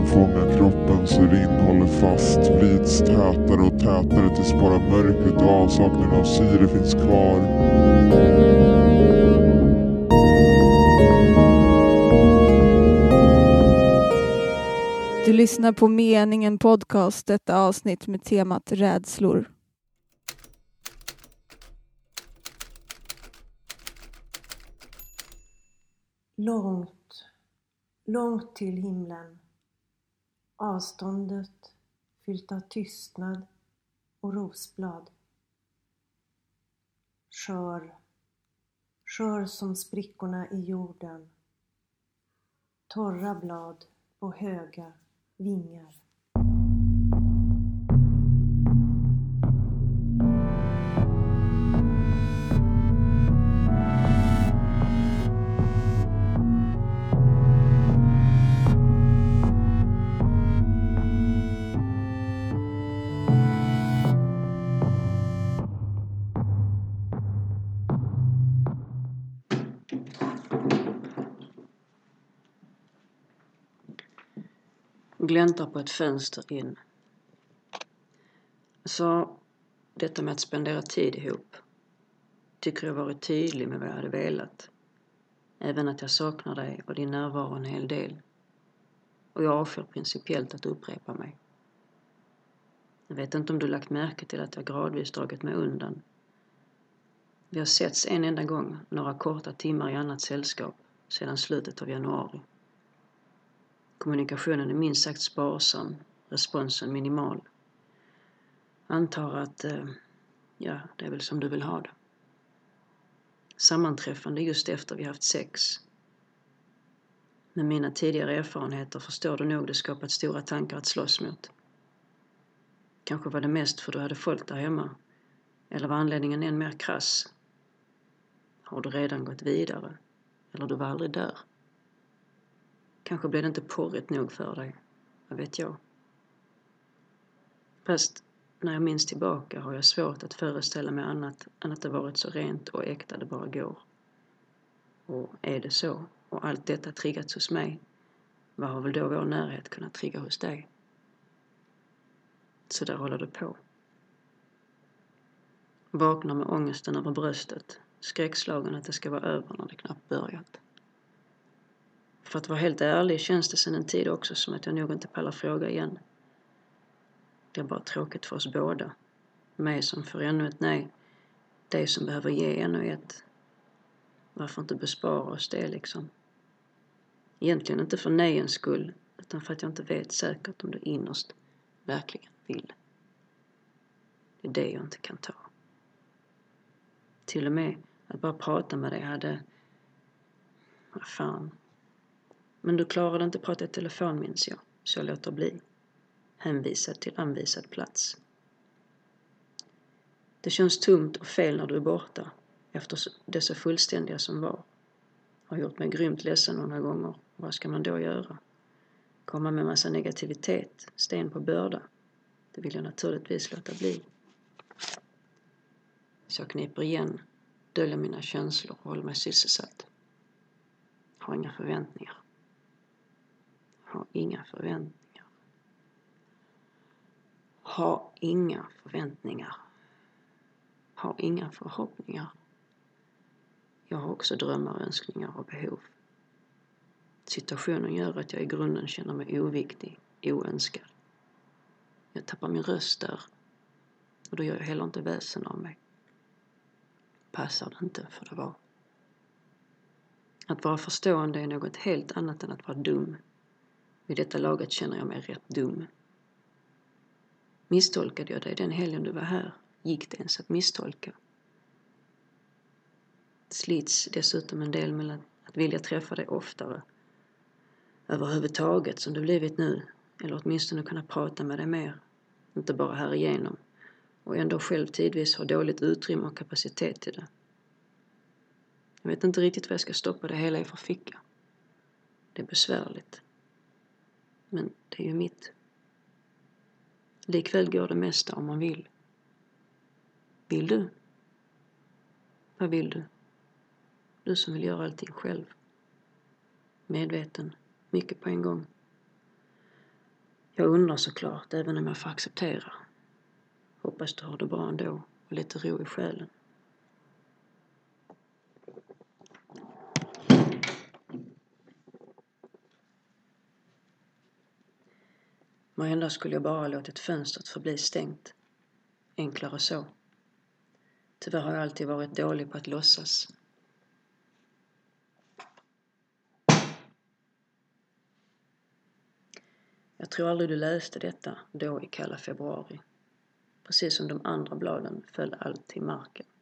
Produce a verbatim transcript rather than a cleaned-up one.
som fångar kroppen så det innehåller fast, vrids tätare och tätare tills bara mörkret och avsaknaden av syre finns kvar. Du lyssnar på Meningen podcast, detta avsnitt med temat rädslor. Långt, långt till himlen. Avståndet fyllt av tystnad och rosblad. Skör, skör som sprickorna i jorden. Torra blad på höga vingar. Gläntar på ett fönster in. Så detta med att spendera tid ihop tycker jag varit tydlig med vad jag hade velat. Även att jag saknar dig och din närvaro en hel del. Och jag avskyr principiellt att upprepa mig. Jag vet inte om du lagt märke till att jag gradvis dragit mig undan. Vi har setts en enda gång, några korta timmar i annat sällskap, sedan slutet av januari. Kommunikationen är minst sagt sparsam, responsen minimal. Antar att, eh, ja, det är väl som du vill ha det. Sammanträffande just efter vi haft sex. Med mina tidigare erfarenheter förstår du nog det skapat stora tankar att slåss mot. Kanske var det mest för du hade folk där hemma. Eller var anledningen än mer krass? Har du redan gått vidare? Eller du var aldrig där? Kanske blev det inte porrigt nog för dig. Vad vet jag? Fast när jag minns tillbaka har jag svårt att föreställa mig annat än att det varit så rent och äkta det bara går. Och är det så, och allt detta triggats hos mig, vad har väl då vår närhet kunnat trigga hos dig? Så där håller det på. Vaknar med ångesten över bröstet, skräckslagen att det ska vara över när det knappt börjat. För att vara helt ärlig känns det sedan en tid också som att jag nog inte pallar fråga igen. Det är bara tråkigt för oss båda. Mig som får ännu ett nej. Dig som behöver ge ännu ett. Varför inte bespara oss det liksom? Egentligen inte för nejens skull, utan för att jag inte vet säkert om du innerst verkligen vill. Det är det jag inte kan ta. Till och med att bara prata med dig hade... Vad fan... Men du klarade inte prata i telefon minns jag, så jag låter bli. Hänvisad till anvisad plats. Det känns tomt och fel när du är borta, efter det så fullständiga som var. Har gjort mig grymt ledsen några gånger. Vad ska man då göra? Komma med massa negativitet, sten på börda. Det vill jag naturligtvis låta bli. Så jag kniper igen, döljer mina känslor och håller mig sysselsatt. Har inga förväntningar. Har inga förväntningar. Har inga förväntningar. Har inga förhoppningar. Jag har också drömmar, önskningar och behov. Situationen gör att jag i grunden känner mig oviktig, oönskad. Jag tappar min röst där. Och då gör jag heller inte väsen av mig. Passar det inte för det var. Att vara förstående är något helt annat än att vara dum. Vid detta laget känner jag mig rätt dum. Misstolkade jag dig den helgen du var här? Gick det ens att misstolka? Slits dessutom en del mellan att vilja träffa dig oftare. Överhuvudtaget som det blivit nu. Eller åtminstone kunna prata med dig mer. Inte bara här igenom. Och ändå själv tidvis ha dåligt utrymme och kapacitet till det. Jag vet inte riktigt vad jag ska stoppa det hela i för ficka. Det är besvärligt. Men det är ju mitt. Likväl går det mesta om man vill. Vill du? Vad vill du? Du som vill göra allting själv. Medveten. Mycket på en gång. Jag undrar såklart, även om jag får acceptera. Hoppas du har det bra ändå och lite ro i själen. Måhända skulle jag bara låtit fönstret förbli stängt. Enklare så. Tyvärr har jag alltid varit dålig på att låtsas. Jag tror aldrig du läste detta då i kalla februari. Precis som de andra bladen föll allt till marken.